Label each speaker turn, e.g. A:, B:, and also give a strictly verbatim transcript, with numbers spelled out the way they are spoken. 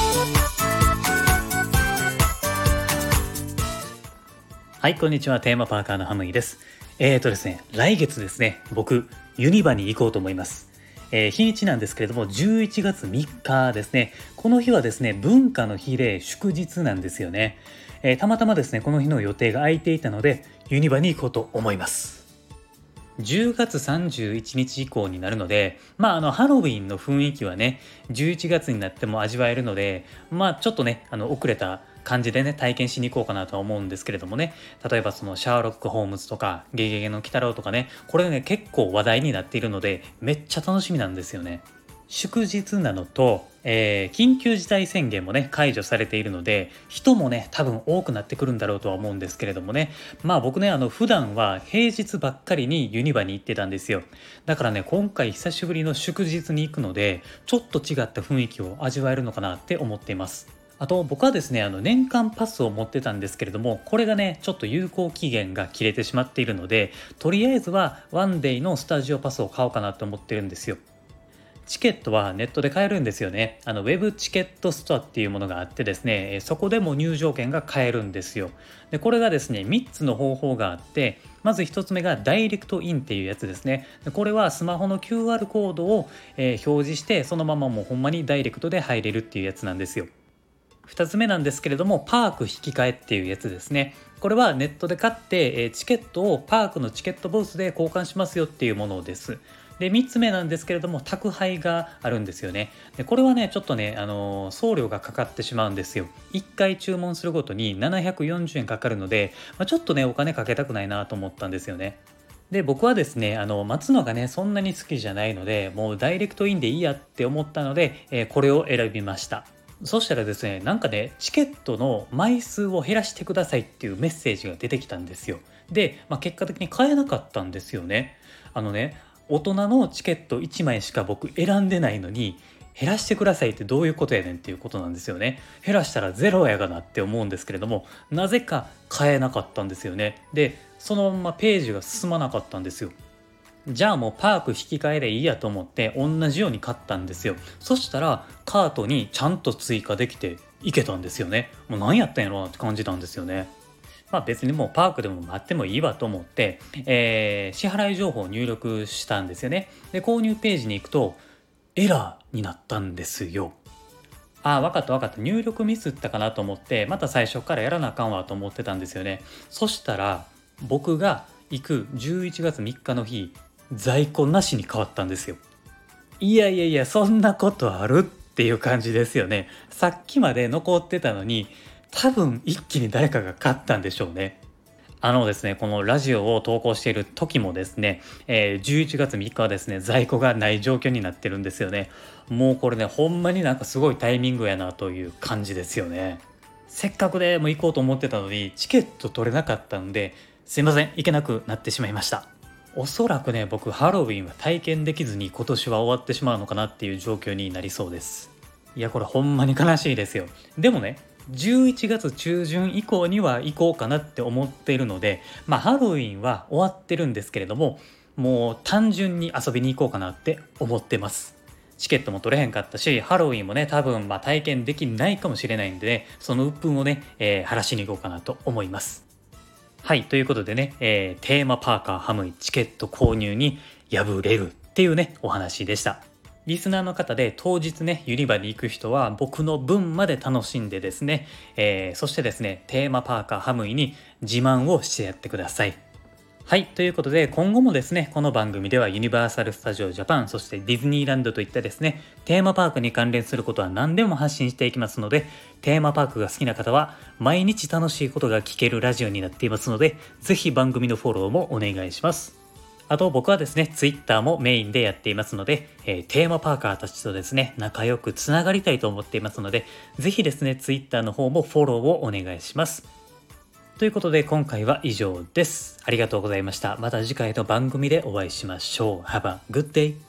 A: はい、こんにちは。テーマパーカーのハムイです。えーとですね、来月ですね、僕、ユニバに行こうと思います。えー日にちなんですけれども、じゅういちがつみっかですね。この日はですね、文化の日で祝日なんですよね。えーたまたまですね、この日の予定が空いていたので、ユニバに行こうと思います。じゅうがつさんじゅういちにち以降になるので、まあ、あの、ハロウィンの雰囲気はね、じゅういちがつになっても味わえるので、まあ、ちょっとね、あの、遅れた感じでね、体験しに行こうかなとは思うんですけれどもね、例えばその、シャーロック・ホームズとか、ゲゲゲの鬼太郎とかね、これね、結構話題になっているので、めっちゃ楽しみなんですよね。祝日なのと、えー緊急事態宣言もね解除されているので、人もね多分多くなってくるんだろうとは思うんですけれどもね、まあ僕ね、あの普段は平日ばっかりにユニバに行ってたんですよ。だからね、今回久しぶりの祝日に行くので、ちょっと違った雰囲気を味わえるのかなって思っています。あと僕はですね、あの年間パスを持ってたんですけれども、これがねちょっと有効期限が切れてしまっているので、とりあえずはワンデイのスタジオパスを買おうかなと思ってるんですよ。チケットはネットで買えるんですよね。あのウェブチケットストアっていうものがあってですね、えーそこでも入場券が買えるんですよ。で、これがですね、みっつの方法があって、まずひとつめがダイレクトインっていうやつですね。でこれはスマホの キューアール コードを、えー表示して、そのままもうほんまにダイレクトで入れるっていうやつなんですよ。ふたつめなんですけれども、パーク引き換えっていうやつですね。これはネットで買って、えーチケットをパークのチケットブースで交換しますよっていうものです。で、みっつめなんですけれども、宅配があるんですよね。で、これはね、ちょっとね、あのー送料がかかってしまうんですよ。いっかい注文するごとにななひゃくよんじゅうえんかかるので、まあ、ちょっとね、お金かけたくないなと思ったんですよね。で、僕はですね、あの、待つのがね、そんなに好きじゃないので、もうダイレクトインでいいやって思ったので、えーこれを選びました。そしたらですね、なんかね、チケットの枚数を減らしてくださいっていうメッセージが出てきたんですよ。で、まあ、結果的に買えなかったんですよね。あのね、大人のチケットいちまいしか僕選んでないのに、減らしてくださいってどういうことやねんっていうことなんですよね。減らしたらゼロやがなって思うんですけれども、なぜか買えなかったんですよね。で、そのままページが進まなかったんですよ。じゃあもうパーク引き換えでいいやと思って同じように買ったんですよ。そしたらカートにちゃんと追加できていけたんですよね。もう何やったんやろうなって感じたんですよね。まあ別にもうパークでも待ってもいいわと思って、えー支払い情報を入力したんですよね。で、購入ページに行くとエラーになったんですよ。ああ、わかったわかった。入力ミスったかなと思って、また最初からやらなあかんわと思ってたんですよね。そしたら、僕が行くじゅういちがつみっかの日、在庫なしに変わったんですよ。いやいやいや、そんなことあるっていう感じですよね。さっきまで残ってたのに、多分一気に誰かが買ったんでしょうね。あのですね、このラジオを投稿している時もですね、えーじゅういちがつみっかはですね、在庫がない状況になってるんですよね。もうこれね、ほんまになんかすごいタイミングやなという感じですよね。せっかくでも行こうと思ってたのに、チケット取れなかったんで、すいません、行けなくなってしまいました。おそらくね、僕、ハロウィンは体験できずに今年は終わってしまうのかなっていう状況になりそうです。いや、これほんまに悲しいですよ。でもね、じゅういちがつ中旬以降には行こうかなって思っているので、まあハロウィンは終わってるんですけれども、もう単純に遊びに行こうかなって思ってます。チケットも取れへんかったし、ハロウィンもね、多分まあ体験できないかもしれないんでね、その鬱憤をね、えー晴らしに行こうかなと思います。はい、ということでね、えーテーマパーカーハムイチケット購入に敗れるっていうね、お話でした。リスナーの方で当日ね、ユニバに行く人は僕の分まで楽しんでですね、えーそしてですね、テーマパーカーハムイに自慢をしてやってください。はい。ということで、今後もですね、この番組ではユニバーサル・スタジオ・ジャパン、そしてディズニーランドといったですね、テーマパークに関連することは何でも発信していきますので、テーマパークが好きな方は、毎日楽しいことが聞けるラジオになっていますので、ぜひ番組のフォローもお願いします。あと僕はですね、ツイッターもメインでやっていますので、えーテーマパーカーたちとですね、仲良くつながりたいと思っていますので、ぜひですね、ツイッターの方もフォローをお願いします。ということで今回は以上です。ありがとうございました。また次回の番組でお会いしましょう。Have a good day!